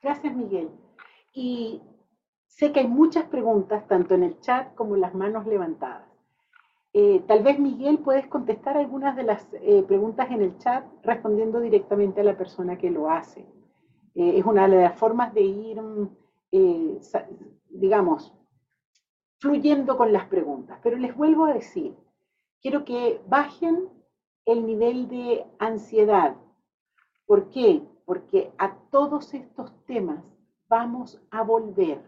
Gracias, Miguel. Y sé que hay muchas preguntas, tanto en el chat como en las manos levantadas. Tal vez, Miguel, puedes contestar algunas de las preguntas en el chat respondiendo directamente a la persona que lo hace. Es una de las formas de ir, eh, digamos, fluyendo con las preguntas. Pero les vuelvo a decir, quiero que bajen el nivel de ansiedad. ¿Por qué? Porque a todos estos temas vamos a volver.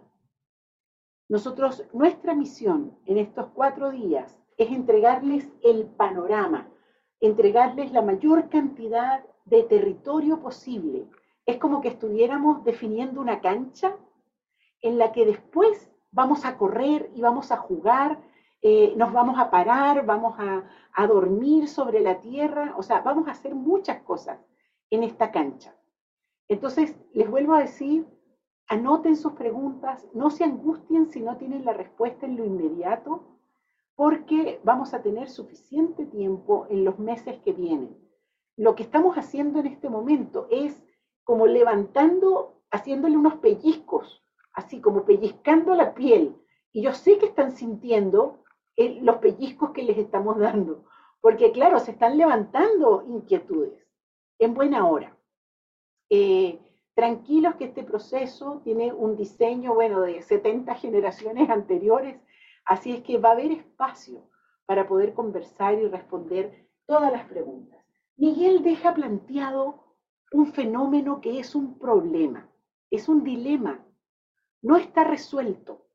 Nuestra misión en estos 4 días es entregarles el panorama, entregarles la mayor cantidad de territorio posible. Es como que estuviéramos definiendo una cancha en la que después vamos a correr y vamos a jugar, nos vamos a parar, vamos a dormir sobre la tierra, o sea, vamos a hacer muchas cosas en esta cancha. Entonces, les vuelvo a decir, anoten sus preguntas, no se angustien si no tienen la respuesta en lo inmediato, porque vamos a tener suficiente tiempo en los meses que vienen. Lo que estamos haciendo en este momento es como levantando, haciéndole unos pellizcos, así como pellizcando la piel. Y yo sé que están sintiendo los pellizcos que les estamos dando, porque claro, se están levantando inquietudes en buena hora. Eh, Tranquilos que este proceso tiene un diseño, bueno, de 70 generaciones anteriores, así es que va a haber espacio para poder conversar y responder todas las preguntas. Miguel deja planteado un fenómeno que es un problema, es un dilema, no está resuelto.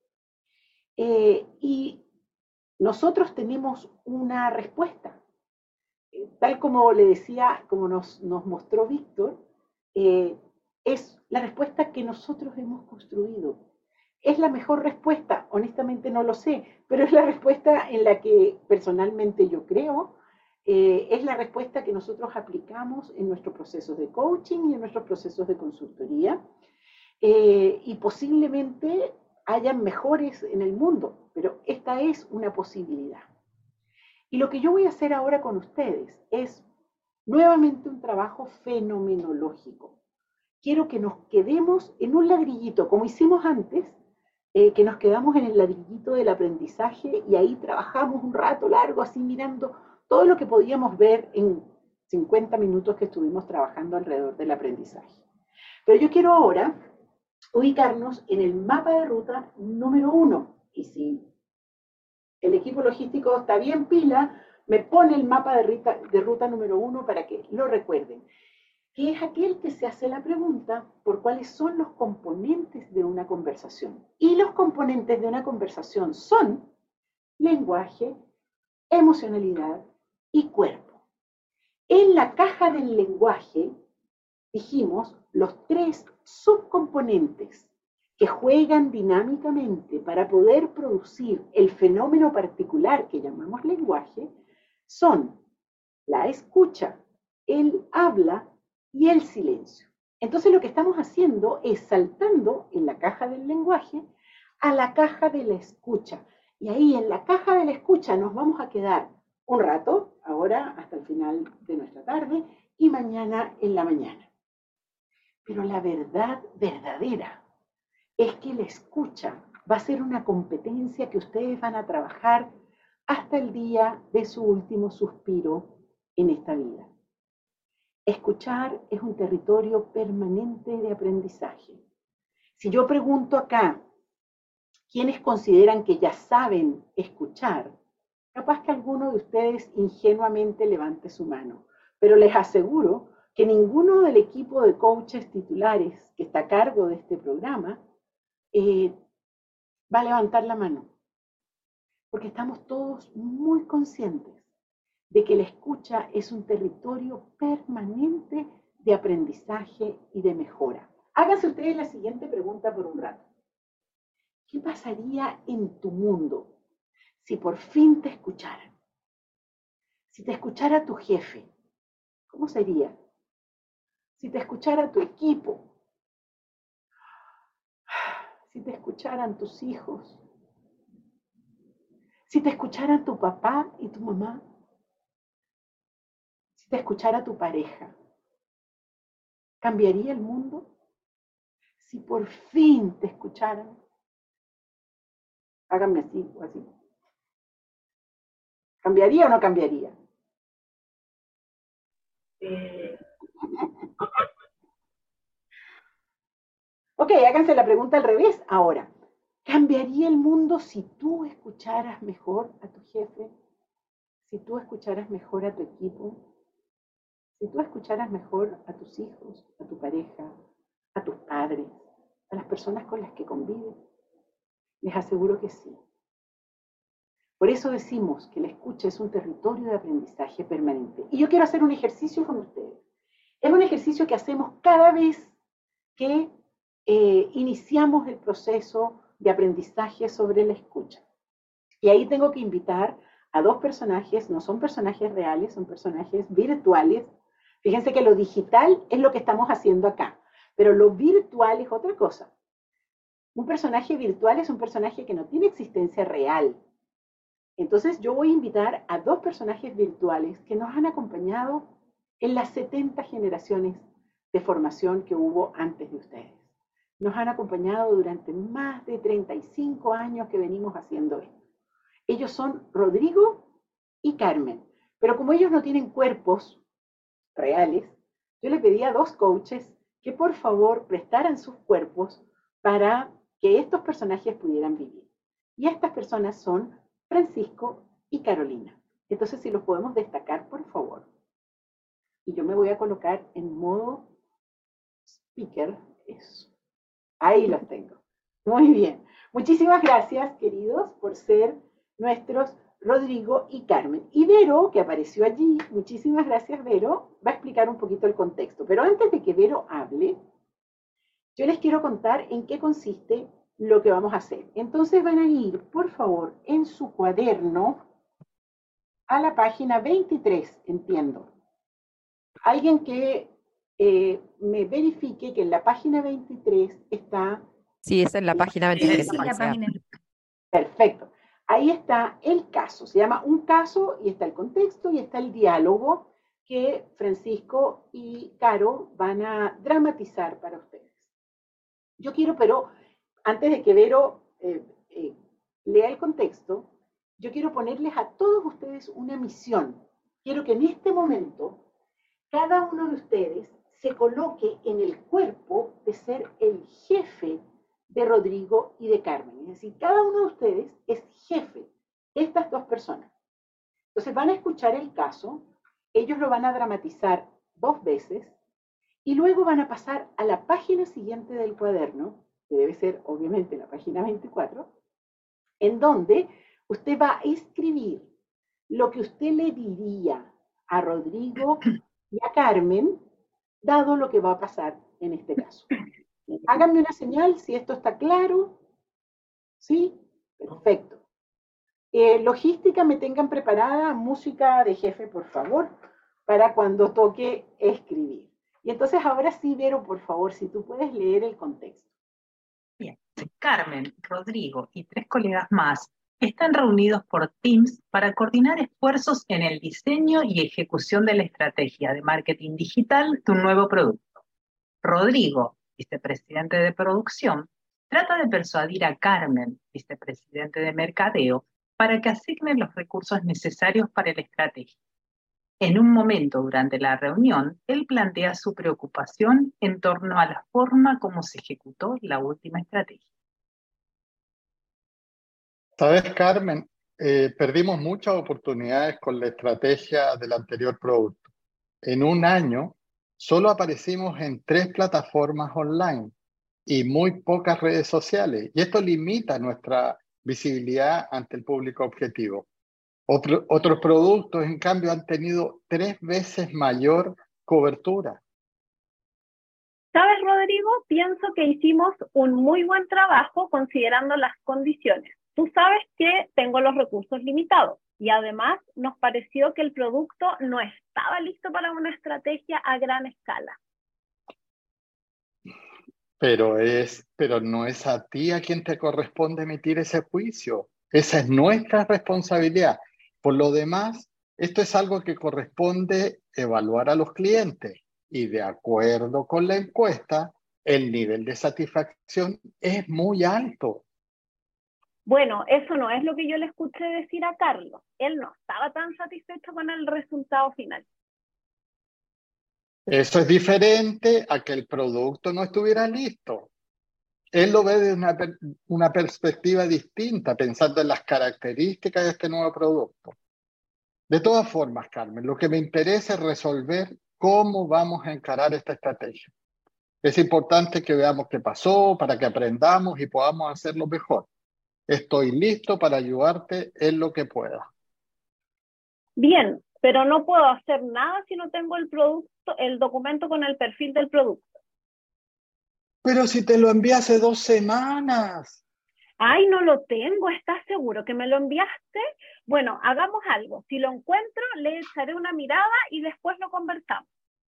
Y nosotros tenemos una respuesta. Tal como le decía, como nos mostró Víctor, eh, es la respuesta que nosotros hemos construido. ¿Es la mejor respuesta? Honestamente no lo sé, pero es la respuesta en la que personalmente yo creo, es la respuesta que nosotros aplicamos en nuestros procesos de coaching y en nuestros procesos de consultoría, y posiblemente hayan mejores en el mundo, pero esta es una posibilidad. Y lo que yo voy a hacer ahora con ustedes es nuevamente un trabajo fenomenológico. Quiero que nos quedemos en un ladrillito, como hicimos antes, que nos quedamos en el ladrillito del aprendizaje y ahí trabajamos un rato largo así mirando todo lo que podíamos ver en 50 minutos que estuvimos trabajando alrededor del aprendizaje. Pero yo quiero ahora ubicarnos en el mapa de ruta número 1. Y si el equipo logístico está bien pila, me pone el mapa de ruta número 1 para que lo recuerden, que es aquel que se hace la pregunta por cuáles son los componentes de una conversación. Y los componentes de una conversación son lenguaje, emocionalidad y cuerpo. En la caja del lenguaje dijimos los 3 subcomponentes que juegan dinámicamente para poder producir el fenómeno particular que llamamos lenguaje son la escucha, el habla y el silencio. Entonces lo que estamos haciendo es saltando en la caja del lenguaje a la caja de la escucha. Y ahí en la caja de la escucha nos vamos a quedar un rato, ahora hasta el final de nuestra tarde y mañana en la mañana. Pero la verdad verdadera es que la escucha va a ser una competencia que ustedes van a trabajar hasta el día de su último suspiro en esta vida. Escuchar es un territorio permanente de aprendizaje. Si yo pregunto acá, ¿quiénes consideran que ya saben escuchar? Capaz que alguno de ustedes ingenuamente levante su mano, pero les aseguro que ninguno del equipo de coaches titulares que está a cargo de este programa va a levantar la mano, porque estamos todos muy conscientes de que la escucha es un territorio permanente de aprendizaje y de mejora. Háganse ustedes la siguiente pregunta por un rato. ¿Qué pasaría en tu mundo si por fin te escucharan? Si te escuchara tu jefe, ¿cómo sería? Si te escuchara tu equipo, si te escucharan tus hijos, si te escucharan tu papá y tu mamá, si te escuchara tu pareja, ¿cambiaría el mundo? si por fin te escucharan? Háganme así o así. ¿Cambiaría o no cambiaría? Ok, háganse la pregunta al revés ahora. ¿Cambiaría el mundo si tú escucharas mejor a tu jefe? Si tú escucharas mejor a tu equipo, si tú escucharas mejor a tus hijos, a tu pareja, a tus padres, a las personas con las que convives, les aseguro que sí. Por eso decimos que la escucha es un territorio de aprendizaje permanente. Y yo quiero hacer un ejercicio con ustedes. Es un ejercicio que hacemos cada vez que iniciamos el proceso de aprendizaje sobre la escucha. Y ahí tengo que invitar a dos personajes, no son personajes reales, son personajes virtuales. Fíjense que lo digital es lo que estamos haciendo acá, pero lo virtual es otra cosa. Un personaje virtual es un personaje que no tiene existencia real. Entonces yo voy a invitar a dos personajes virtuales que nos han acompañado en las 70 generaciones de formación que hubo antes de ustedes. Nos han acompañado durante más de 35 años que venimos haciendo esto. Ellos son Rodrigo y Carmen, pero como ellos no tienen cuerpos reales, yo le pedí a dos coaches que por favor prestaran sus cuerpos para que estos personajes pudieran vivir. Y estas personas son Francisco y Carolina. Entonces, si los podemos destacar, por favor. Y yo me voy a colocar en modo speaker. Eso. Ahí los tengo. Muy bien. Muchísimas gracias, queridos, por ser nuestros Rodrigo y Carmen. Y Vero, que apareció allí, muchísimas gracias, Vero, va a explicar un poquito el contexto. Pero antes de que Vero hable, yo les quiero contar en qué consiste lo que vamos a hacer. Entonces van a ir, por favor, en su cuaderno a la página 23, entiendo. Alguien que me verifique que en la página 23 está... Sí, es en la página 23. Sí, la página. Perfecto. Ahí está el caso. Se llama un caso y está el contexto y está el diálogo que Francisco y Caro van a dramatizar para ustedes. Yo quiero, pero antes de que Vero lea el contexto, yo quiero ponerles a todos ustedes una misión. Quiero que en este momento cada uno de ustedes se coloque en el cuerpo de ser el jefe de Rodrigo y de Carmen. Es decir, cada uno de ustedes es jefe de estas dos personas. Entonces van a escuchar el caso, ellos lo van a dramatizar 2 veces y luego van a pasar a la página siguiente del cuaderno, que debe ser obviamente la página 24, en donde usted va a escribir lo que usted le diría a Rodrigo y a Carmen, dado lo que va a pasar en este caso. Háganme una señal si esto está claro. ¿Sí? Perfecto. Logística, me tengan preparada música de jefe, por favor, para cuando toque escribir. Y entonces ahora sí, Vero, por favor, si tú puedes leer el contexto. Bien. Carmen, Rodrigo y 3 colegas más están reunidos por Teams para coordinar esfuerzos en el diseño y ejecución de la estrategia de marketing digital de un nuevo producto. Rodrigo, vicepresidente de producción, trata de persuadir a Carmen, vicepresidente de mercadeo, para que asignen los recursos necesarios para la estrategia. En un momento durante la reunión, él plantea su preocupación en torno a la forma como se ejecutó la última estrategia. Sabes, Carmen, perdimos muchas oportunidades con la estrategia del anterior producto. En un año, solo aparecimos en 3 plataformas online y muy pocas redes sociales. Y esto limita nuestra visibilidad ante el público objetivo. Otros productos, en cambio, han tenido 3 veces mayor cobertura. ¿Sabes, Rodrigo? Pienso que hicimos un muy buen trabajo considerando las condiciones. Tú sabes que tengo los recursos limitados y además nos pareció que el producto no estaba listo para una estrategia a gran escala. Pero no es a ti a quien te corresponde emitir ese juicio. Esa es nuestra responsabilidad. Por lo demás, esto es algo que corresponde evaluar a los clientes. Y de acuerdo con la encuesta, el nivel de satisfacción es muy alto. Bueno, eso no es lo que yo le escuché decir a Carlos. Él no estaba tan satisfecho con el resultado final. Eso es diferente a que el producto no estuviera listo. Él lo ve desde una perspectiva distinta, pensando en las características de este nuevo producto. De todas formas, Carmen, lo que me interesa es resolver cómo vamos a encarar esta estrategia. Es importante que veamos qué pasó para que aprendamos y podamos hacerlo mejor. Estoy listo para ayudarte en lo que pueda. Bien, pero no puedo hacer nada si no tengo el documento con el perfil del producto. Pero si te lo envié hace 2 semanas. Ay, no lo tengo, ¿estás seguro que me lo enviaste? Bueno, hagamos algo. Si lo encuentro, le echaré una mirada y después lo conversamos.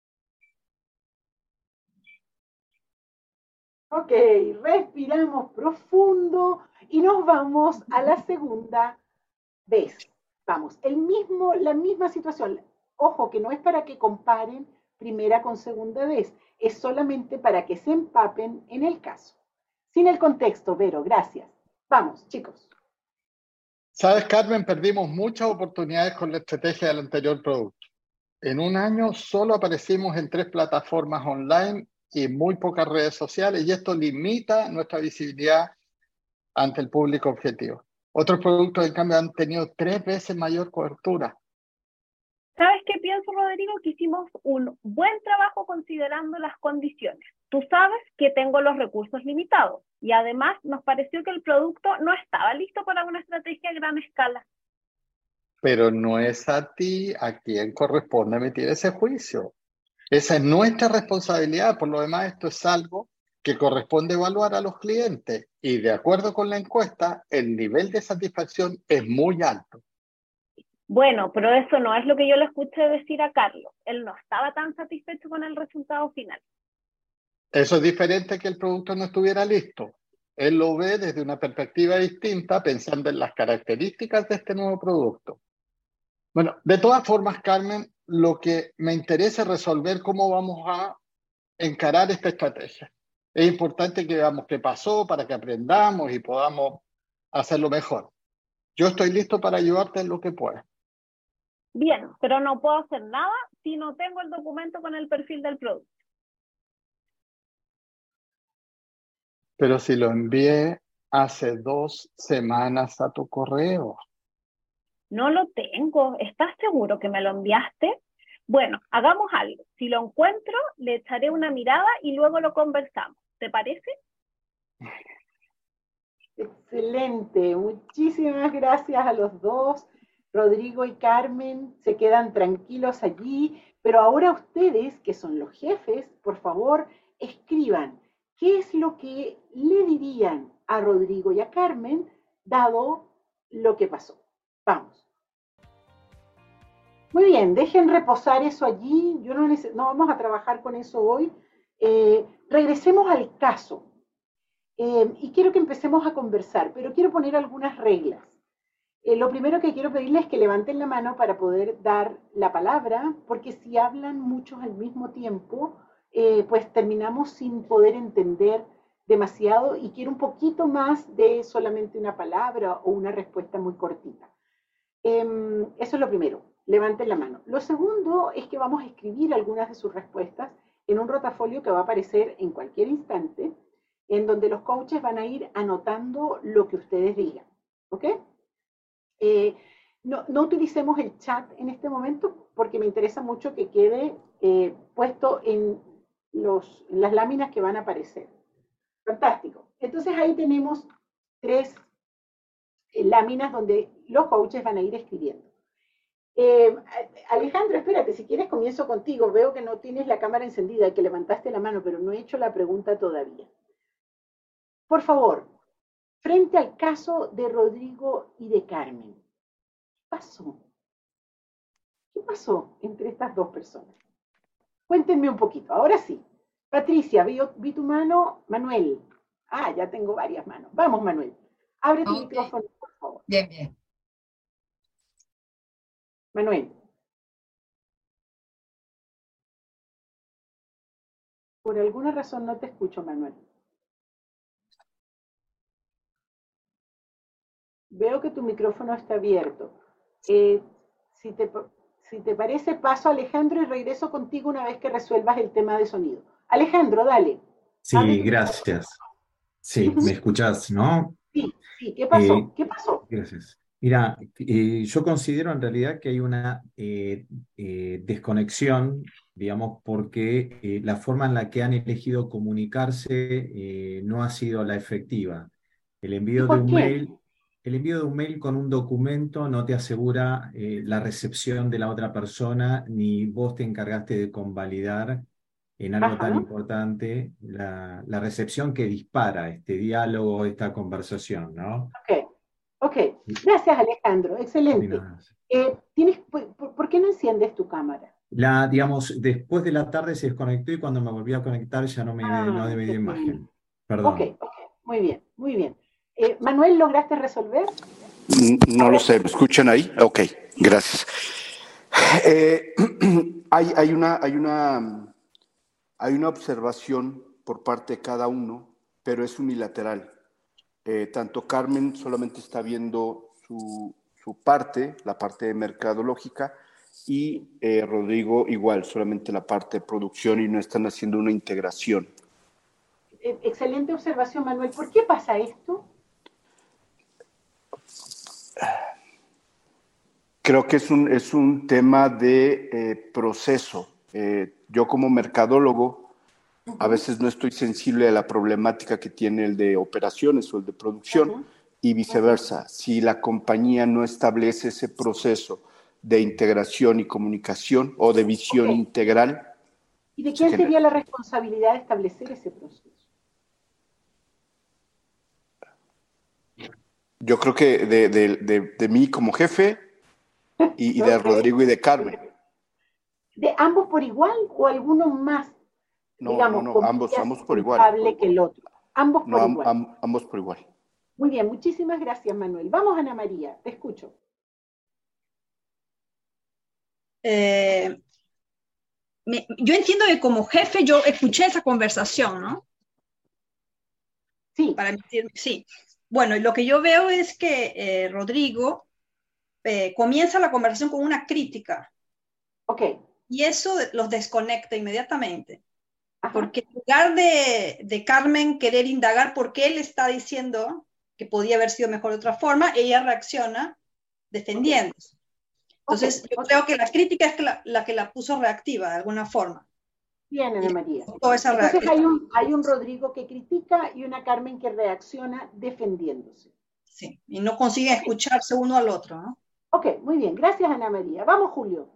Ok, respiramos profundo y nos vamos a la segunda vez. Vamos, la misma situación. Ojo, que no es para que comparen primera con segunda vez, es solamente para que se empapen en el caso. Sin el contexto, Vero, gracias. Vamos, chicos. Sabes, Carmen, perdimos muchas oportunidades con la estrategia del anterior producto. En un año solo aparecimos en 3 plataformas online y muy pocas redes sociales, y esto limita nuestra visibilidad ante el público objetivo. Otros productos, en cambio, han tenido 3 veces mayor cobertura. ¿Sabes qué pienso, Rodrigo? Que hicimos un buen trabajo considerando las condiciones. Tú sabes que tengo los recursos limitados y además nos pareció que el producto no estaba listo para una estrategia a gran escala. Pero no es a ti a quien corresponde emitir ese juicio. Esa es nuestra responsabilidad. Por lo demás, esto es algo que corresponde evaluar a los clientes. Y de acuerdo con la encuesta, el nivel de satisfacción es muy alto. Bueno, pero eso no es lo que yo le escuché decir a Carlos. Él no estaba tan satisfecho con el resultado final. Eso es diferente que el producto no estuviera listo. Él lo ve desde una perspectiva distinta, pensando en las características de este nuevo producto. Bueno, de todas formas, Carmen, lo que me interesa es resolver cómo vamos a encarar esta estrategia. Es importante que veamos qué pasó para que aprendamos y podamos hacerlo mejor. Yo estoy listo para ayudarte en lo que pueda. Bien, pero no puedo hacer nada si no tengo el documento con el perfil del producto. Pero si lo envié hace 2 semanas a tu correo. No lo tengo. ¿Estás seguro que me lo enviaste? Bueno, hagamos algo. Si lo encuentro, le echaré una mirada y luego lo conversamos. ¿Te parece? Excelente, muchísimas gracias a los dos. Rodrigo y Carmen se quedan tranquilos allí, pero ahora ustedes, que son los jefes, por favor, escriban qué es lo que le dirían a Rodrigo y a Carmen dado lo que pasó. Vamos. Muy bien, dejen reposar eso allí. Yo no vamos a trabajar con eso hoy. Regresemos al caso. Y quiero que empecemos a conversar, pero quiero poner algunas reglas. Lo primero que quiero pedirles es que levanten la mano para poder dar la palabra, porque si hablan muchos al mismo tiempo, pues terminamos sin poder entender demasiado y quiero un poquito más de solamente una palabra o una respuesta muy cortita. Eso es lo primero, levanten la mano. Lo segundo es que vamos a escribir algunas de sus respuestas en un rotafolio que va a aparecer en cualquier instante, en donde los coaches van a ir anotando lo que ustedes digan, ¿ok? No utilicemos el chat en este momento porque me interesa mucho que quede puesto en las láminas que van a aparecer. Fantástico. Entonces ahí tenemos 3 láminas donde los coaches van a ir escribiendo. Alejandro, espérate, si quieres comienzo contigo. Veo que no tienes la cámara encendida y que levantaste la mano, pero no he hecho la pregunta todavía. Por favor, frente al caso de Rodrigo y de Carmen, ¿qué pasó? ¿Qué pasó entre estas 2 personas? Cuéntenme un poquito. Ahora sí. Patricia, vi tu mano. Manuel. Ah, ya tengo varias manos. Vamos, Manuel. Abre tu micrófono, por favor. Bien, bien. Manuel. Por alguna razón no te escucho, Manuel. Veo que tu micrófono está abierto. Si te parece, paso a Alejandro y regreso contigo una vez que resuelvas el tema de sonido. Alejandro, dale. Abre Sí, tu gracias. Sí, micrófono. me escuchás, ¿no? Sí, ¿qué pasó? Eh, ¿Qué pasó? Gracias. Mira, yo considero en realidad que hay una desconexión, digamos, porque la forma en la que han elegido comunicarse no ha sido la efectiva. El ¿Y envío de por un qué? mail, el envío de un mail con un documento no te asegura la recepción de la otra persona, ni vos te encargaste de convalidar en algo tan Ajá. importante la recepción que dispara este diálogo, esta conversación, ¿no? Ok. Gracias, Alejandro. De Excelente. nada. ¿Por qué no enciendes tu cámara? Digamos, después de la tarde se desconectó y cuando me volví a conectar ya no Ah, me qué dio pena. imagen. Perdón. Ok. Muy bien, muy bien. Manuel, ¿lograste resolver? No lo sé, ¿me escuchan ahí? Ok, gracias. Hay una observación por parte de cada uno, pero es unilateral. Tanto Carmen solamente está viendo su parte, la parte mercadológica, y Rodrigo igual, solamente la parte de producción y no están haciendo una integración. Excelente observación, Manuel. ¿Por qué pasa esto? Creo que es un tema de proceso. Yo como mercadólogo a veces no estoy sensible a la problemática que tiene el de operaciones o el de producción y viceversa. Si la compañía no establece ese proceso de integración y comunicación o de visión integral. ¿Y de quién sería la responsabilidad de establecer ese proceso? Yo creo que de mí como jefe y de Rodrigo y de Carmen. ¿De ambos por igual o alguno más? No, digamos, no, ambos por igual. Que el otro. Ambos por igual. Ambos por igual. Muy bien, muchísimas gracias, Manuel. Vamos, Ana María, te escucho. Yo entiendo que como jefe yo escuché esa conversación, ¿no? Sí. Sí. Bueno, y lo que yo veo es que Rodrigo comienza la conversación con una crítica. Ok. Y eso los desconecta inmediatamente. Ajá. Porque en lugar de Carmen querer indagar por qué él está diciendo que podía haber sido mejor de otra forma, ella reacciona defendiéndose. Entonces, yo creo que la crítica es la que la puso reactiva de alguna forma. Bien, Ana María. Entonces hay un Rodrigo que critica y una Carmen que reacciona defendiéndose. Sí, y no consiguen escucharse uno al otro, ¿no? Ok, muy bien. Gracias, Ana María. Vamos, Julio.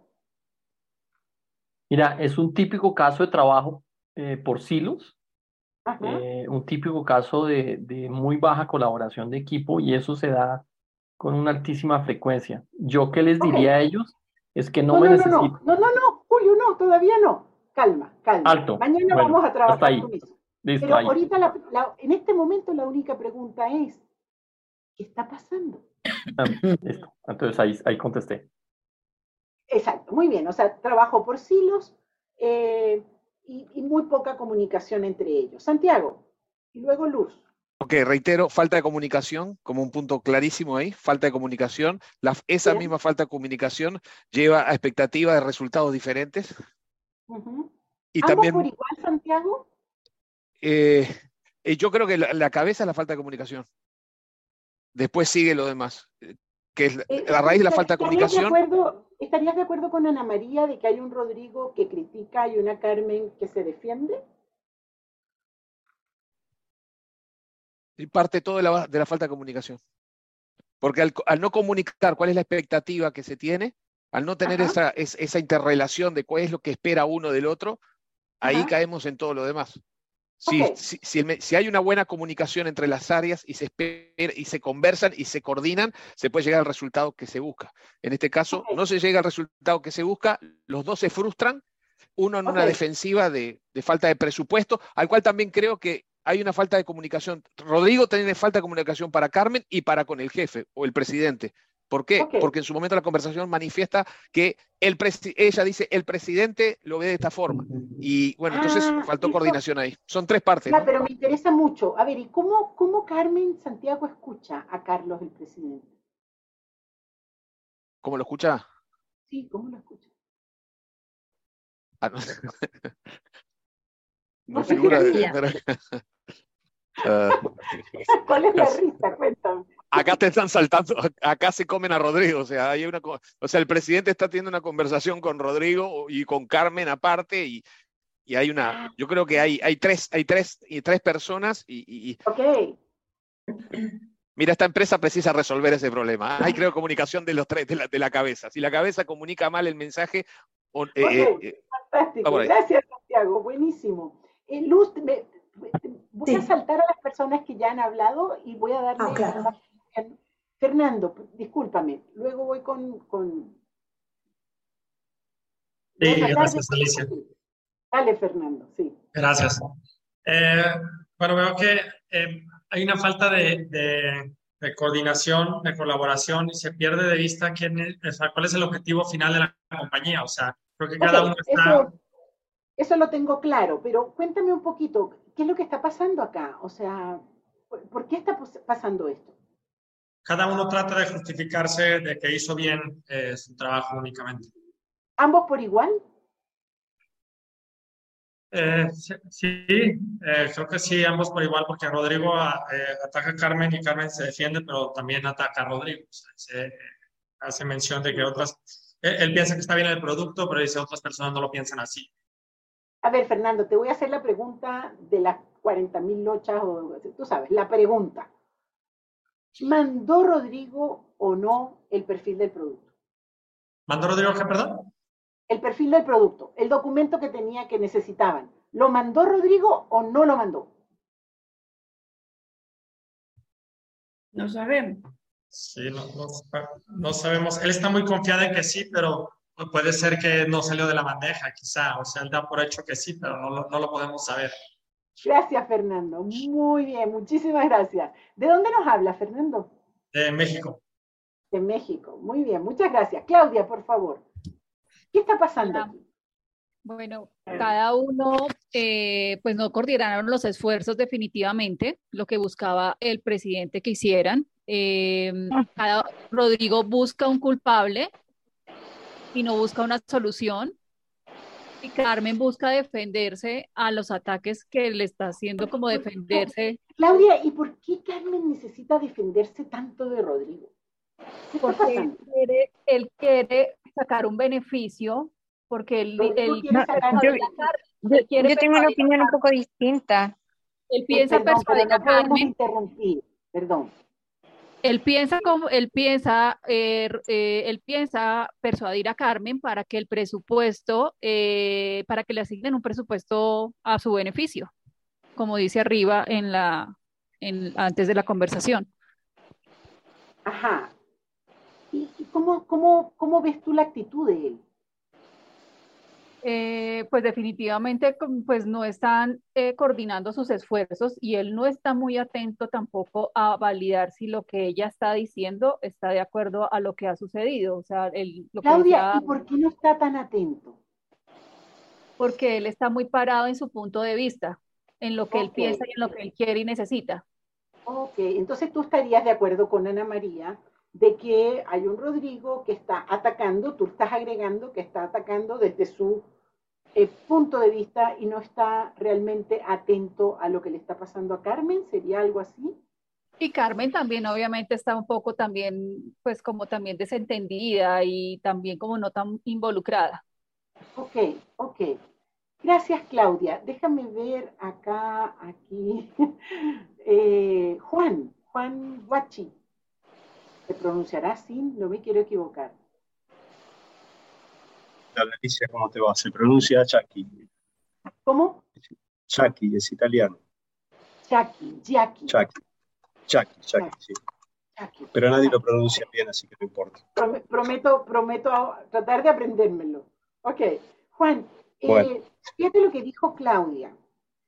Mira, es un típico caso de trabajo por silos, un típico caso de muy baja colaboración de equipo y eso se da con una altísima frecuencia. Yo qué les diría a ellos es que no necesito... No, Julio, no, todavía no. Calma. Alto. Mañana vamos a trabajar con eso. Listo, pero ahorita, en este momento, la única pregunta es, ¿qué está pasando? Listo, entonces ahí contesté. Exacto, muy bien. O sea, trabajo por silos y muy poca comunicación entre ellos. Santiago, y luego Luz. Ok, reitero, falta de comunicación, como un punto clarísimo ahí, falta de comunicación. Esa misma falta de comunicación lleva a expectativas de resultados diferentes. Y ¿Ambos también, por igual, Santiago? yo creo que la cabeza es la falta de comunicación. Después sigue lo demás, que es la raíz de la falta de comunicación. ¿Estarías de acuerdo con Ana María de que hay un Rodrigo que critica y una Carmen que se defiende? Y parte todo de la falta de comunicación. Porque al no comunicar cuál es la expectativa que se tiene, al no tener esa interrelación de cuál es lo que espera uno del otro, ahí caemos en todo lo demás. Si hay una buena comunicación entre las áreas y se conversan y se coordinan, se puede llegar al resultado que se busca. En este caso, no se llega al resultado que se busca, los dos se frustran, uno en una defensiva de falta de presupuesto, al cual también creo que hay una falta de comunicación. Rodrigo tiene falta de comunicación para Carmen y para con el jefe o el presidente. ¿Por qué? Ok. Porque en su momento la conversación manifiesta que ella dice, el presidente lo ve de esta forma. Y bueno, entonces faltó coordinación ahí. Son tres partes, Ya, ¿no? pero me interesa mucho. A ver, ¿y cómo Carmen Santiago escucha a Carlos, el presidente? ¿Cómo lo escucha? Sí, ¿cómo lo escucha? Ah, no. No ¿Por qué figura te de... ríes? Ah, ¿Cuál es la risa? Cuéntame. acá te están saltando, acá se comen a Rodrigo, o sea, o sea, el presidente está teniendo una conversación con Rodrigo y con Carmen aparte, y hay una, yo creo que hay tres personas Ok. mira, esta empresa precisa resolver ese problema. Hay, creo, comunicación de los tres, de la cabeza. Si la cabeza comunica mal el mensaje, Fantástico. por ahí. Gracias, Santiago. Buenísimo. Luz, voy Sí. a saltar a las personas que ya han hablado y voy a darle... Claro. Fernando, discúlpame. Luego voy con... Sí, Voy a tratar gracias, de- Alicia. Dale, Fernando, sí. Gracias. Bueno, veo que hay una falta de coordinación, de colaboración, y se pierde de vista o sea, cuál es el objetivo final de la compañía. O sea, creo que cada Ok, uno está... eso lo tengo claro, pero cuéntame un poquito, ¿qué es lo que está pasando acá? O sea, ¿por qué está pasando esto? Cada uno trata de justificarse de que hizo bien su trabajo únicamente. ¿Ambos por igual? Sí, creo que sí, ambos por igual, porque Rodrigo ataca a Carmen y Carmen se defiende, pero también ataca a Rodrigo. O sea, hace mención de que él piensa que está bien el producto, pero dice otras personas no lo piensan así. A ver, Fernando, te voy a hacer la pregunta de las 40.000 lochas, o tú sabes, la pregunta. ¿Mandó Rodrigo o no el perfil del producto? ¿Mandó Rodrigo qué, perdón? El perfil del producto, el documento que tenía que necesitaban. ¿Lo mandó Rodrigo o no lo mandó? No sabemos. Sí, no sabemos. Él está muy confiado en que sí, pero puede ser que no salió de la bandeja, quizá. O sea, él da por hecho que sí, pero no lo podemos saber. Gracias, Fernando. Muy bien, muchísimas gracias. ¿De dónde nos habla, Fernando? De México. De México. Muy bien, muchas gracias. Claudia, por favor. ¿Qué está pasando aquí? Bueno, cada uno pues no coordinaron los esfuerzos definitivamente, lo que buscaba el presidente que hicieran. Rodrigo busca un culpable y no busca una solución. Y Carmen busca defenderse a los ataques que le está haciendo, como defenderse. Claudia, ¿y por qué Carmen necesita defenderse tanto de Rodrigo? ¿Qué está Porque pasando? él quiere sacar un beneficio, porque él quiere sacar- Yo tengo una opinión un poco distinta. Él piensa Perdón, persuadir pero a no podemos Carmen. interrumpir. Perdón. Él piensa persuadir a Carmen para que el presupuesto, para que le asignen un presupuesto a su beneficio, como dice arriba antes de la conversación. Ajá. ¿Y cómo ves tú la actitud de él? Pues definitivamente pues no están coordinando sus esfuerzos y él no está muy atento tampoco a validar si lo que ella está diciendo está de acuerdo a lo que ha sucedido. O sea, lo que Claudia, decía, ¿y por qué no está tan atento? porque él está muy parado en su punto de vista, en lo que él Ok. piensa y en lo que él quiere y necesita. Ok, entonces tú estarías de acuerdo con Ana María de que hay un Rodrigo que está atacando, tú estás agregando que está atacando desde su punto de vista y no está realmente atento a lo que le está pasando a Carmen, ¿sería algo así? Y Carmen también obviamente está un poco también, pues como también desentendida y también como no tan involucrada. Ok. Gracias, Claudia. Déjame ver aquí. Juan Guachi. ¿Se pronunciará así? No me quiero equivocar. Alicia, ¿cómo te va? Se pronuncia Chucky. ¿Cómo? Chucky, es italiano. Chucky, sí. Chucky. Pero nadie lo pronuncia bien, así que no importa. Prometo tratar de aprendérmelo. Ok, Juan, Bueno. fíjate lo que dijo Claudia.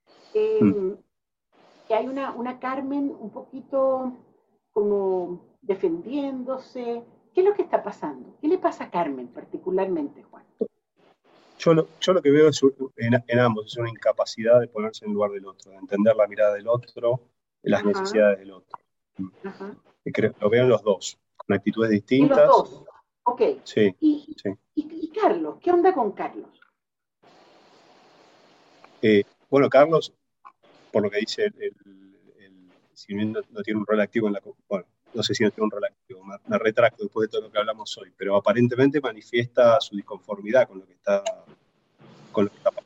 Que hay una Carmen un poquito como defendiéndose. ¿Qué es lo que está pasando? ¿Qué le pasa a Carmen particularmente, Juan? Yo lo que veo en ambos es una incapacidad de ponerse en el lugar del otro, de entender la mirada del otro, de las necesidades del otro. Lo veo en los dos, con actitudes distintas. En los dos, ok. Sí, ¿Y Carlos? ¿Qué onda con Carlos? Bueno, Carlos, por lo que dice, si bien no tiene un rol activo en la... Bueno, no sé si no tiene un rol activo, me retracto después de todo lo que hablamos hoy, pero aparentemente manifiesta su disconformidad con lo que está pasando.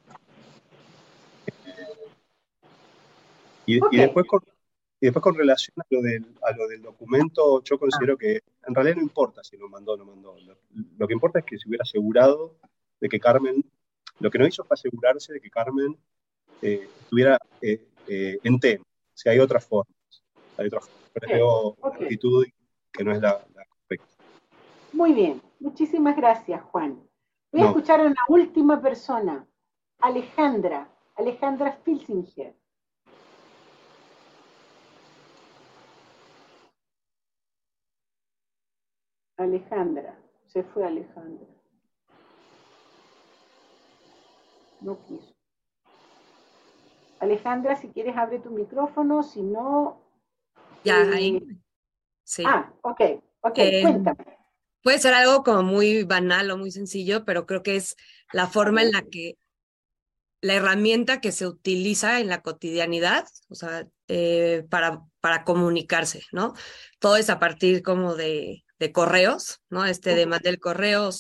Y después con relación a lo del documento, yo considero que en realidad no importa si lo mandó o no mandó. Lo que importa es que se hubiera asegurado de que Carmen, lo que no hizo fue asegurarse de que Carmen estuviera en tema. O sea, hay otras formas. Pero veo una actitud que no es la correcta. Muy bien, muchísimas gracias, Juan. Voy a escuchar a una última persona, Alejandra Filsinger. Alejandra, se fue Alejandra. No quiso. Alejandra, si quieres abre tu micrófono, si no... Ya, ahí. Sí. Ok, cuéntame. Puede ser algo como muy banal o muy sencillo, pero creo que es la forma en la que la herramienta que se utiliza en la cotidianidad, o sea, para comunicarse, ¿no? Todo es a partir como de correos, ¿no? De mandé el correo,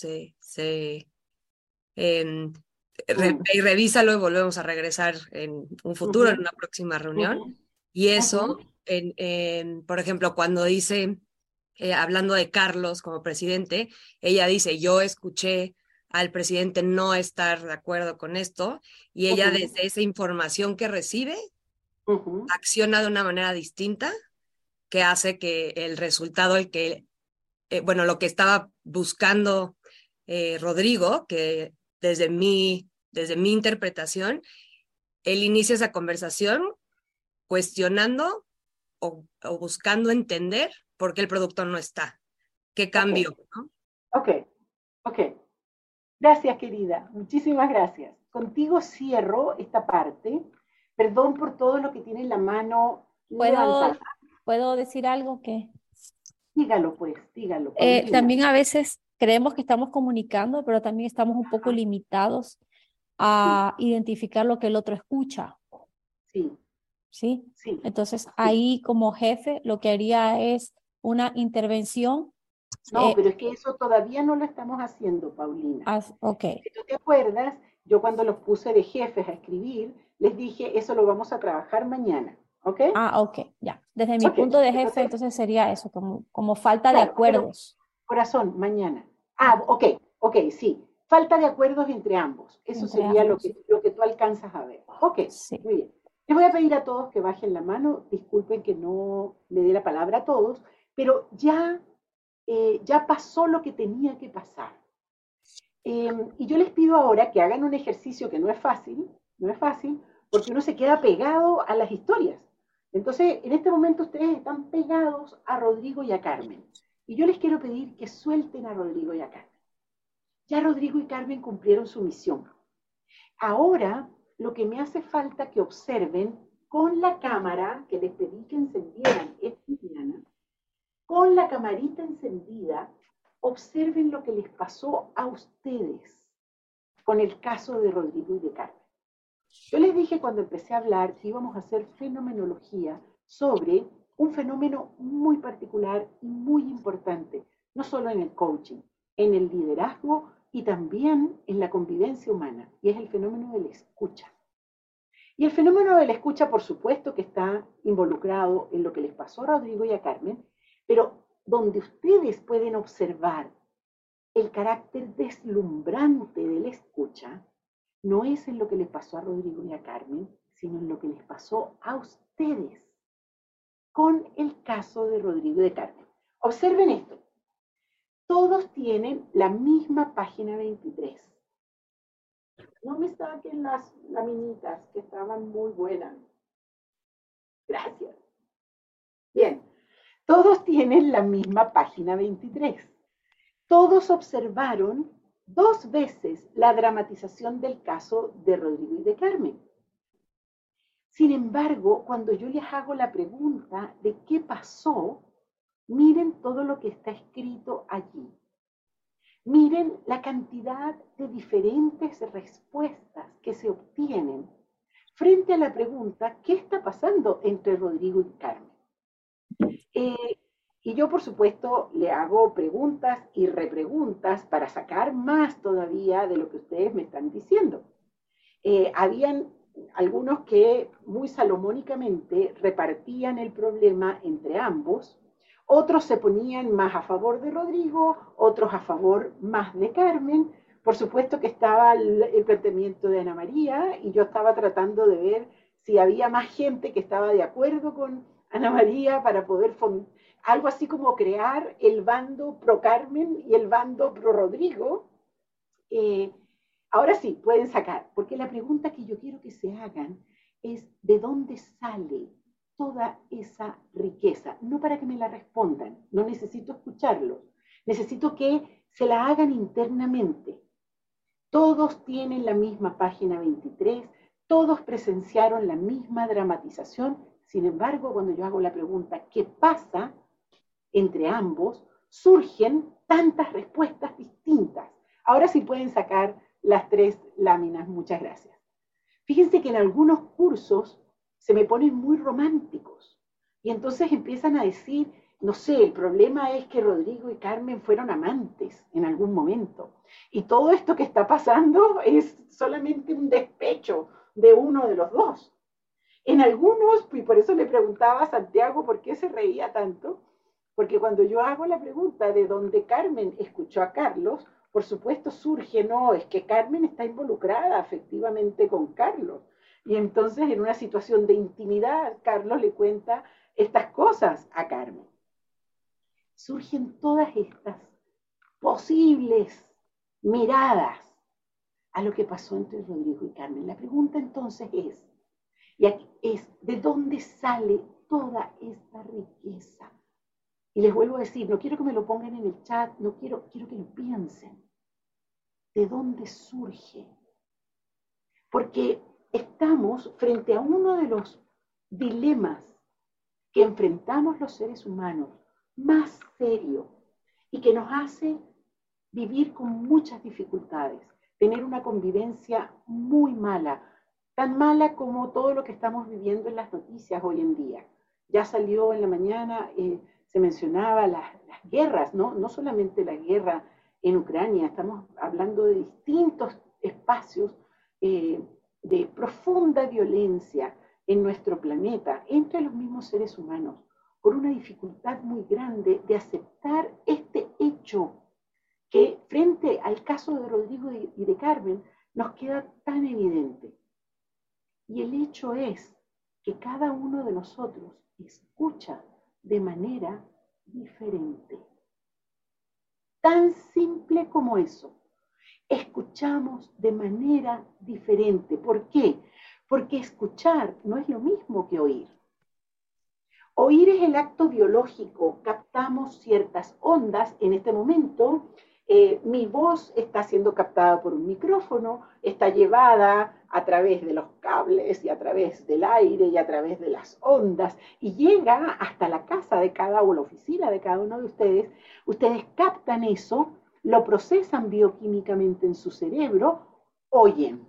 y revísalo y volvemos a regresar en un futuro, en una próxima reunión. Y eso, por ejemplo, cuando dice, hablando de Carlos como presidente, ella dice, yo escuché al presidente no estar de acuerdo con esto, y ella desde esa información que recibe, acciona de una manera distinta, que hace que el resultado, lo que estaba buscando Rodrigo, que desde mi interpretación, él inicia esa conversación cuestionando o buscando entender por qué el producto no está. ¿Qué cambió? ¿No? Ok. Gracias, querida. Muchísimas gracias. Contigo cierro esta parte. Perdón por todo lo que tiene en la mano levantada. ¿Puedo decir algo que? Dígalo, pues. También a veces creemos que estamos comunicando, pero también estamos un poco limitados a identificar lo que el otro escucha. ¿Sí? Entonces, ahí como jefe lo que haría es una intervención. No, pero es que eso todavía no lo estamos haciendo, Paulina. Si tú te acuerdas, yo cuando los puse de jefes a escribir, les dije, eso lo vamos a trabajar mañana, ¿ok? Ya. Desde mi punto de jefe, entonces sería eso, como falta de acuerdos. Corazón, mañana. Sí. Falta de acuerdos entre ambos. Eso sería lo que tú alcanzas a ver. Muy bien. Les voy a pedir a todos que bajen la mano. Disculpen que no le dé la palabra a todos, pero ya pasó lo que tenía que pasar. Y yo les pido ahora que hagan un ejercicio que no es fácil, porque uno se queda pegado a las historias. Entonces, en este momento ustedes están pegados a Rodrigo y a Carmen. Y yo les quiero pedir que suelten a Rodrigo y a Carmen. Ya Rodrigo y Carmen cumplieron su misión. Ahora, lo que me hace falta que observen con la cámara, que les pedí que encendieran esta mañana, con la camarita encendida, observen lo que les pasó a ustedes con el caso de Rodrigo y de Carmen. Yo les dije cuando empecé a hablar que íbamos a hacer fenomenología sobre un fenómeno muy particular y muy importante, no solo en el coaching, en el liderazgo y también en la convivencia humana, y es el fenómeno de la escucha. Y el fenómeno de la escucha, por supuesto, que está involucrado en lo que les pasó a Rodrigo y a Carmen, pero donde ustedes pueden observar el carácter deslumbrante de la escucha, no es en lo que les pasó a Rodrigo y a Carmen, sino en lo que les pasó a ustedes con el caso de Rodrigo y de Carmen. Observen esto. Todos tienen la misma página 23. No me saquen las laminitas que estaban muy buenas. Gracias. Bien. Todos tienen la misma página 23. Todos observaron 2 veces la dramatización del caso de Rodrigo y de Carmen. Sin embargo, cuando yo les hago la pregunta de qué pasó, miren todo lo que está escrito allí. Miren la cantidad de diferentes respuestas que se obtienen frente a la pregunta, ¿qué está pasando entre Rodrigo y Carmen? Y yo, por supuesto, le hago preguntas y repreguntas para sacar más todavía de lo que ustedes me están diciendo. Habían algunos que muy salomónicamente repartían el problema entre ambos, otros se ponían más a favor de Rodrigo, otros a favor más de Carmen. Por supuesto que estaba el planteamiento de Ana María y yo estaba tratando de ver si había más gente que estaba de acuerdo con Ana María para poder algo así como crear el bando pro Carmen y el bando pro Rodrigo. Ahora sí, pueden sacar, porque la pregunta que yo quiero que se hagan es ¿de dónde sale toda esa riqueza? No para que me la respondan, no necesito escucharlos, necesito que se la hagan internamente. Todos tienen la misma página 23, todos presenciaron la misma dramatización, sin embargo, cuando yo hago la pregunta ¿qué pasa entre ambos?, surgen tantas respuestas distintas. Ahora sí pueden sacar las 3 láminas, muchas gracias. Fíjense que en algunos cursos se me ponen muy románticos y entonces empiezan a decir, no sé, el problema es que Rodrigo y Carmen fueron amantes en algún momento y todo esto que está pasando es solamente un despecho de uno de los dos. En algunos, y por eso le preguntaba a Santiago por qué se reía tanto, porque cuando yo hago la pregunta de dónde Carmen escuchó a Carlos, por supuesto surge, no, es que Carmen está involucrada afectivamente con Carlos. Y entonces en una situación de intimidad, Carlos le cuenta estas cosas a Carmen. Surgen todas estas posibles miradas a lo que pasó entre Rodrigo y Carmen. La pregunta entonces es ¿de dónde sale toda esta riqueza? Y les vuelvo a decir, no quiero que me lo pongan en el chat, no quiero que lo piensen. ¿De dónde surge? Porque estamos frente a uno de los dilemas que enfrentamos los seres humanos más serio y que nos hace vivir con muchas dificultades, tener una convivencia muy mala, tan mala como todo lo que estamos viviendo en las noticias hoy en día. Ya salió en la mañana, se mencionaba las guerras, no solamente la guerra en Ucrania, estamos hablando de distintos espacios de profunda violencia en nuestro planeta, entre los mismos seres humanos, por una dificultad muy grande de aceptar este hecho que frente al caso de Rodrigo y de Carmen nos queda tan evidente. Y el hecho es que cada uno de nosotros escucha de manera diferente. Tan simple como eso. Escuchamos de manera diferente. ¿Por qué? Porque escuchar no es lo mismo que oír. Oír es el acto biológico, captamos ciertas ondas. En este momento, mi voz está siendo captada por un micrófono, está llevada a través de los cables y a través del aire y a través de las ondas y llega hasta la casa de o la oficina de cada uno de ustedes. Ustedes captan eso, lo procesan bioquímicamente en su cerebro, oyen.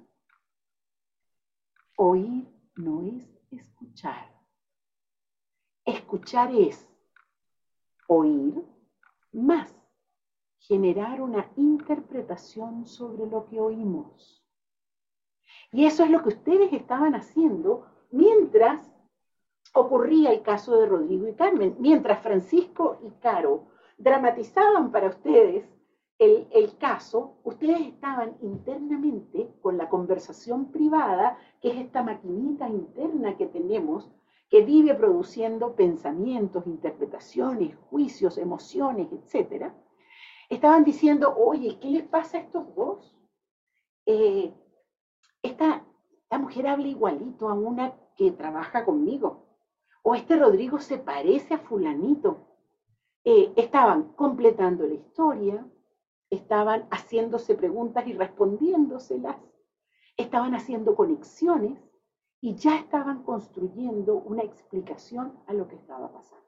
Oír no es escuchar. Escuchar es oír más generar una interpretación sobre lo que oímos. Y eso es lo que ustedes estaban haciendo mientras ocurría el caso de Rodrigo y Carmen, mientras Francisco y Caro dramatizaban para ustedes el caso, ustedes estaban internamente con la conversación privada, que es esta maquinita interna que tenemos, que vive produciendo pensamientos, interpretaciones, juicios, emociones, etc. Estaban diciendo, oye, ¿qué les pasa a estos dos? Esta mujer habla igualito a una que trabaja conmigo. O este Rodrigo se parece a fulanito. estaban completando la historia, estaban haciéndose preguntas y respondiéndoselas, estaban haciendo conexiones y ya estaban construyendo una explicación a lo que estaba pasando.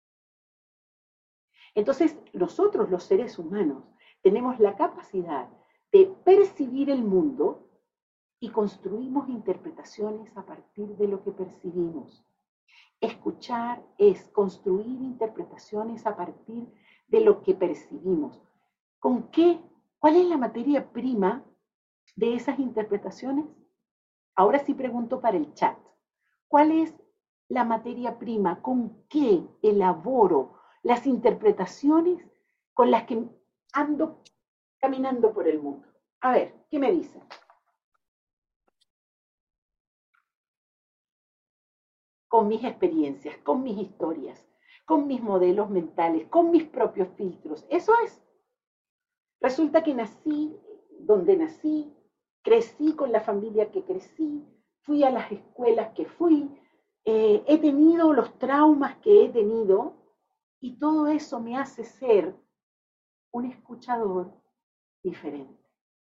Entonces, nosotros los seres humanos tenemos la capacidad de percibir el mundo y construimos interpretaciones a partir de lo que percibimos. Escuchar es construir interpretaciones a partir de lo que percibimos. ¿Con qué? ¿Cuál es la materia prima de esas interpretaciones? Ahora sí pregunto para el chat. ¿Cuál es la materia prima? ¿Con qué elaboro las interpretaciones con las que ando caminando por el mundo? A ver, ¿qué me dicen? Con mis experiencias, con mis historias, con mis modelos mentales, con mis propios filtros. Eso es. Resulta que nací donde nací, crecí con la familia que crecí, fui a las escuelas que fui, he tenido los traumas que he tenido y todo eso me hace ser un escuchador diferente.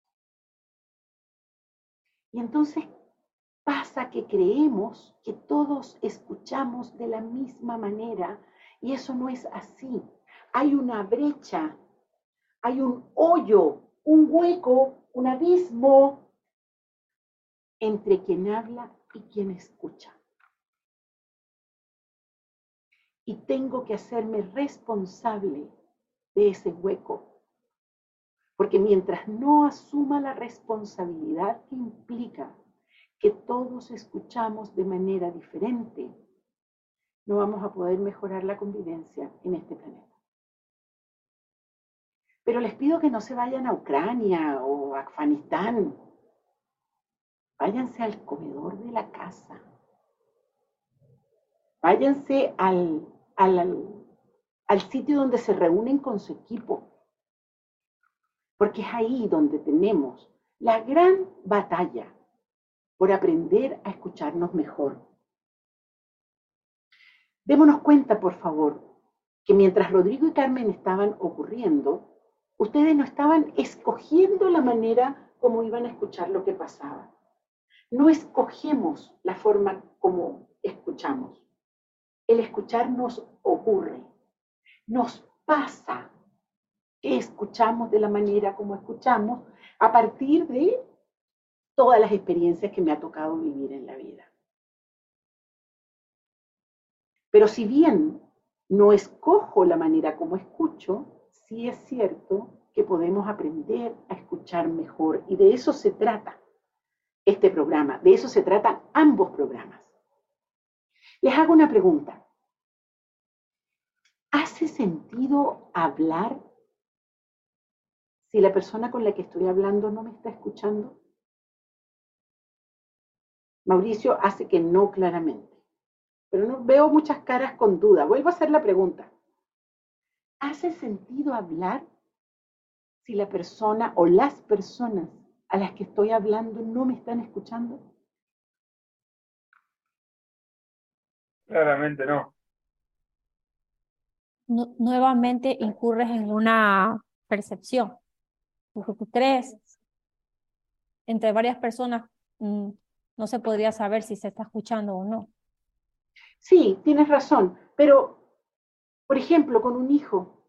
Y entonces pasa que creemos que todos escuchamos de la misma manera y eso no es así. Hay una brecha, hay un hoyo, un hueco, un abismo entre quien habla y quien escucha. Y tengo que hacerme responsable de ese hueco. Porque mientras no asuma la responsabilidad que implica que todos escuchamos de manera diferente, no vamos a poder mejorar la convivencia en este planeta. Pero les pido que no se vayan a Ucrania o a Afganistán. Váyanse al comedor de la casa. Váyanse al sitio donde se reúnen con su equipo. Porque es ahí donde tenemos la gran batalla por aprender a escucharnos mejor. Démonos cuenta, por favor, que mientras Rodrigo y Carmen estaban ocurriendo, ustedes no estaban escogiendo la manera como iban a escuchar lo que pasaba. No escogemos la forma como escuchamos. El escuchar nos ocurre. Nos pasa que escuchamos de la manera como escuchamos a partir de todas las experiencias que me ha tocado vivir en la vida. Pero si bien no escojo la manera como escucho, sí es cierto que podemos aprender a escuchar mejor. Y de eso se trata este programa, de eso se tratan ambos programas. Les hago una pregunta. ¿Hace sentido hablar si la persona con la que estoy hablando no me está escuchando? Mauricio hace que no claramente, pero no veo muchas caras con duda. Vuelvo a hacer la pregunta. ¿Hace sentido hablar si la persona o las personas a las que estoy hablando no me están escuchando? Claramente no. Nuevamente incurres en una percepción. Porque tú crees, entre varias personas no se podría saber si se está escuchando o no. Sí, tienes razón, pero, por ejemplo, con un hijo,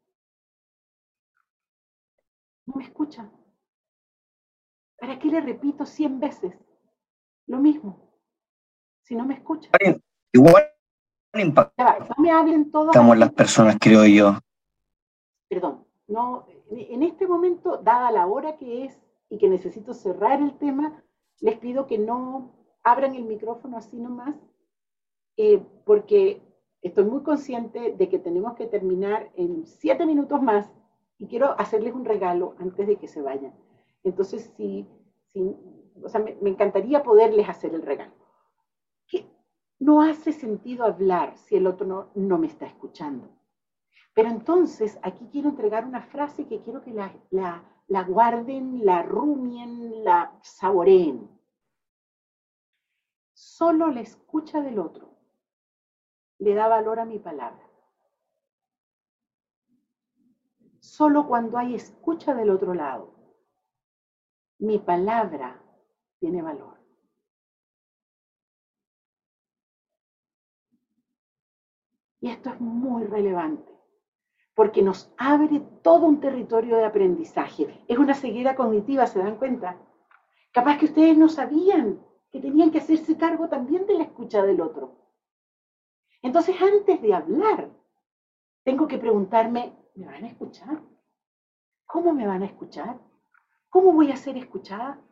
no me escucha. ¿Para qué le repito 100 veces lo mismo? Si no me escucha. Igual impactamos No me hablen todos. las personas, creo yo. Perdón, no, en este momento, dada la hora que es y que necesito cerrar el tema, les pido que no abran el micrófono así nomás, porque estoy muy consciente de que tenemos que terminar en 7 minutos más y quiero hacerles un regalo antes de que se vayan. Entonces, o sea, me encantaría poderles hacer el regalo. Que no hace sentido hablar si el otro no me está escuchando. Pero entonces, aquí quiero entregar una frase que quiero que la guarden, la rumien, la saboreen. Solo la escucha del otro le da valor a mi palabra. solo cuando hay escucha del otro lado. Mi palabra tiene valor. Y esto es muy relevante, porque nos abre todo un territorio de aprendizaje. Es una ceguera cognitiva, ¿se dan cuenta? Capaz que ustedes no sabían que tenían que hacerse cargo también de la escucha del otro. Entonces, antes de hablar, tengo que preguntarme, ¿me van a escuchar? ¿Cómo me van a escuchar? ¿Cómo voy a ser escuchada?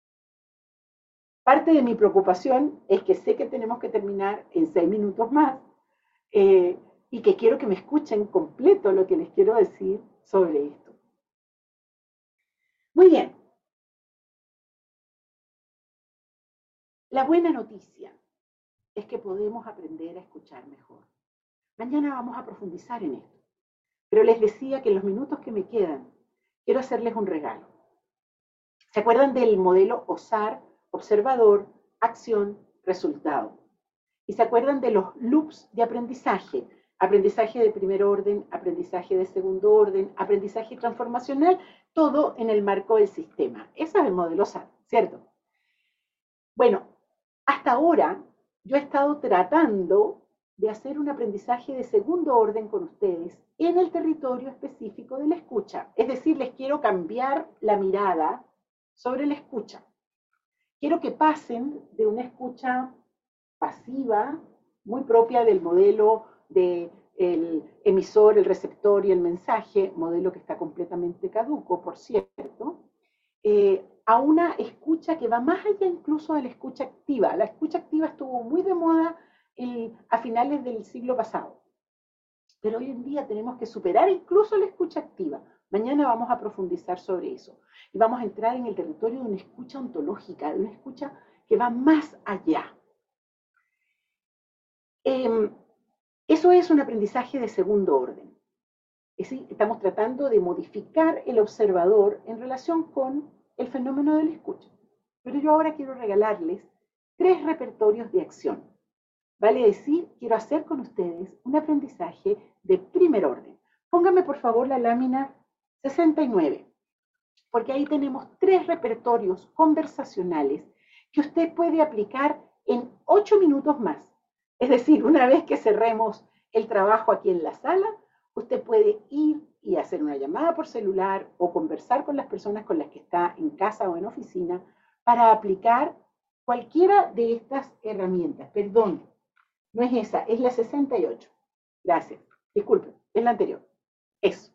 Parte de mi preocupación es que sé que tenemos que terminar en 6 minutos más y que quiero que me escuchen completo lo que les quiero decir sobre esto. Muy bien. La buena noticia es que podemos aprender a escuchar mejor. Mañana vamos a profundizar en esto. Pero les decía que en los minutos que me quedan, quiero hacerles un regalo. ¿Se acuerdan del modelo OSAR? Observador, acción, resultado. ¿Y se acuerdan de los loops de aprendizaje? Aprendizaje de primer orden, aprendizaje de segundo orden, aprendizaje transformacional, todo en el marco del sistema. Ese es el modelo OSAR, ¿cierto? Bueno, hasta ahora yo he estado tratando de hacer un aprendizaje de segundo orden con ustedes en el territorio específico de la escucha. Es decir, les quiero cambiar la mirada sobre la escucha. Quiero que pasen de una escucha pasiva, muy propia del modelo del emisor, el receptor y el mensaje, modelo que está completamente caduco, por cierto, a una escucha que va más allá incluso de la escucha activa. La escucha activa estuvo muy de moda a finales del siglo pasado, pero hoy en día tenemos que superar incluso la escucha activa. Mañana vamos a profundizar sobre eso y vamos a entrar en el territorio de una escucha ontológica, de una escucha que va más allá. Eso es un aprendizaje de segundo orden. Es decir, estamos tratando de modificar el observador en relación con el fenómeno de la escucha. Pero yo ahora quiero regalarles 3 repertorios de acción. Vale decir, quiero hacer con ustedes un aprendizaje de primer orden. Pónganme por favor la lámina 69, porque ahí tenemos 3 repertorios conversacionales que usted puede aplicar en 8 minutos más. Es decir, una vez que cerremos el trabajo aquí en la sala, usted puede ir y hacer una llamada por celular o conversar con las personas con las que está en casa o en oficina para aplicar cualquiera de estas herramientas. Perdón, no es esa, es la 68. Gracias. Disculpen, es la anterior. Eso.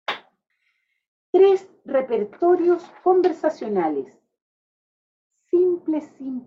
3 repertorios conversacionales simples,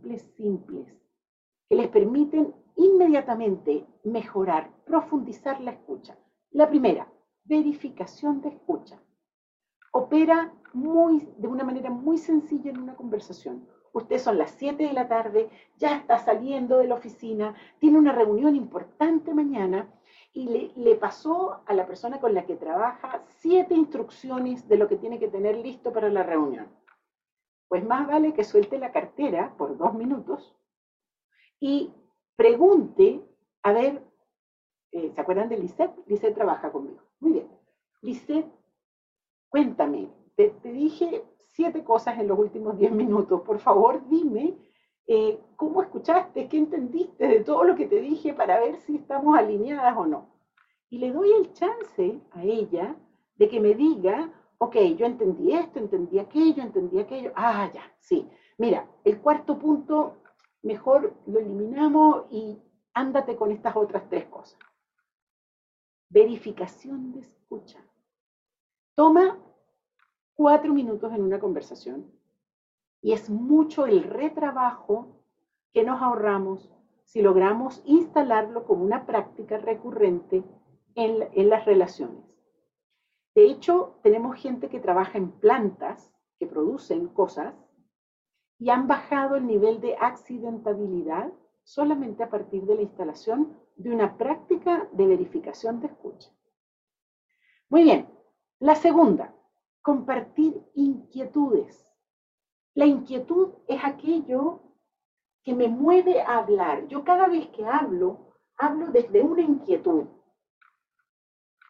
que les permiten inmediatamente mejorar, profundizar la escucha. La primera, verificación de escucha. Opera de una manera muy sencilla en una conversación. Usted son las 7 de la tarde, ya está saliendo de la oficina, tiene una reunión importante mañana y le pasó a la persona con la que trabaja 7 instrucciones de lo que tiene que tener listo para la reunión. Pues más vale que suelte la cartera por 2 minutos y pregunte, a ver, ¿se acuerdan de Lisette? Lisette trabaja conmigo. Muy bien. Lisette, cuéntame, te dije 7 cosas en los últimos 10 minutos. Por favor, dime cómo escuchaste, qué entendiste de todo lo que te dije para ver si estamos alineadas o no. Y le doy el chance a ella de que me diga, ok, yo entendí esto, entendí aquello. Ah, ya, sí. Mira, el 4.º punto, mejor lo eliminamos y ándate con estas otras 3 cosas. Verificación de escucha. Toma 4 minutos en una conversación y es mucho el retrabajo que nos ahorramos si logramos instalarlo como una práctica recurrente en las relaciones. De hecho, tenemos gente que trabaja en plantas que producen cosas y han bajado el nivel de accidentabilidad solamente a partir de la instalación de una práctica de verificación de escucha. Muy bien, la segunda, compartir inquietudes. La inquietud es aquello que me mueve a hablar. Yo cada vez que hablo desde una inquietud.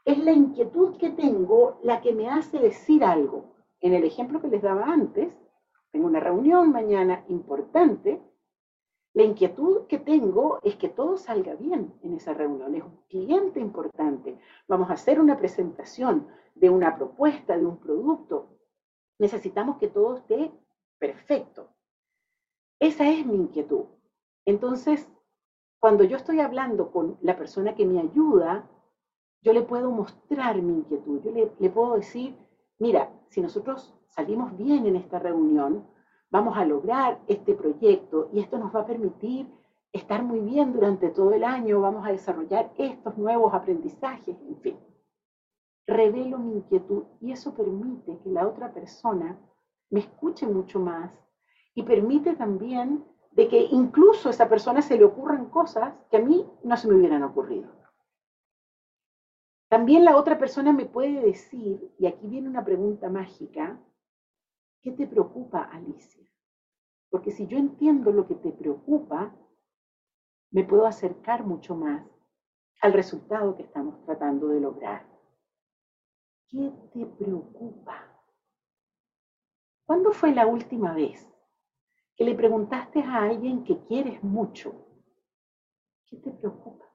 es la inquietud que tengo la que me hace decir algo. En el ejemplo que les daba antes, tengo una reunión mañana importante, la inquietud que tengo es que todo salga bien en esa reunión. Es un cliente importante. Vamos a hacer una presentación de una propuesta, de un producto. Necesitamos que todo esté perfecto. Esa es mi inquietud. Entonces, cuando yo estoy hablando con la persona que me ayuda, yo le puedo mostrar mi inquietud. Yo le puedo decir, mira, si nosotros salimos bien en esta reunión, vamos a lograr este proyecto y esto nos va a permitir estar muy bien durante todo el año, vamos a desarrollar estos nuevos aprendizajes, en fin. Revelo mi inquietud y eso permite que la otra persona me escuche mucho más y permite también de que incluso a esa persona se le ocurran cosas que a mí no se me hubieran ocurrido. También la otra persona me puede decir, y aquí viene una pregunta mágica, ¿qué te preocupa, Alicia? Porque si yo entiendo lo que te preocupa, me puedo acercar mucho más al resultado que estamos tratando de lograr. ¿Qué te preocupa? ¿Cuándo fue la última vez que le preguntaste a alguien que quieres mucho, ¿qué te preocupa?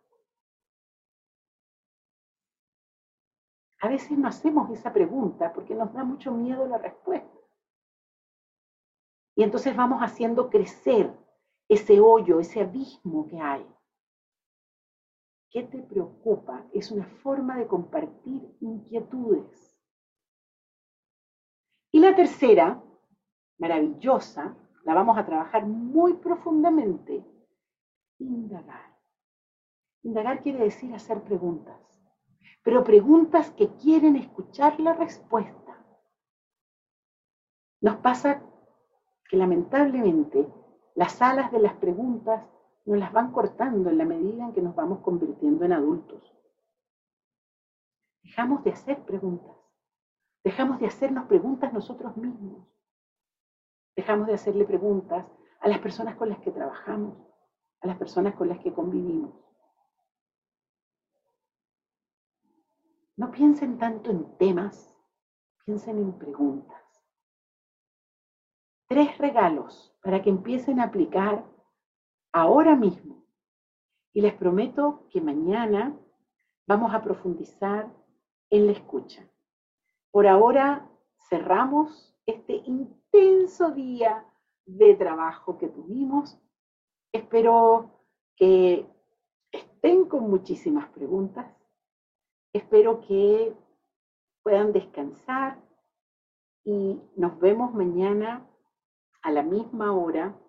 A veces no hacemos esa pregunta porque nos da mucho miedo la respuesta. Y entonces vamos haciendo crecer ese hoyo, ese abismo que hay. ¿Qué te preocupa? Es una forma de compartir inquietudes. Y la tercera, maravillosa, la vamos a trabajar muy profundamente, indagar. Indagar quiere decir hacer preguntas, pero preguntas que quieren escuchar la respuesta. Nos pasa que lamentablemente las alas de las preguntas nos las van cortando en la medida en que nos vamos convirtiendo en adultos. Dejamos de hacer preguntas, dejamos de hacernos preguntas nosotros mismos, dejamos de hacerle preguntas a las personas con las que trabajamos, a las personas con las que convivimos. No piensen tanto en temas, piensen en preguntas. 3 regalos para que empiecen a aplicar ahora mismo. Y les prometo que mañana vamos a profundizar en la escucha. Por ahora cerramos este intenso día de trabajo que tuvimos. Espero que estén con muchísimas preguntas. Espero que puedan descansar y nos vemos mañana a la misma hora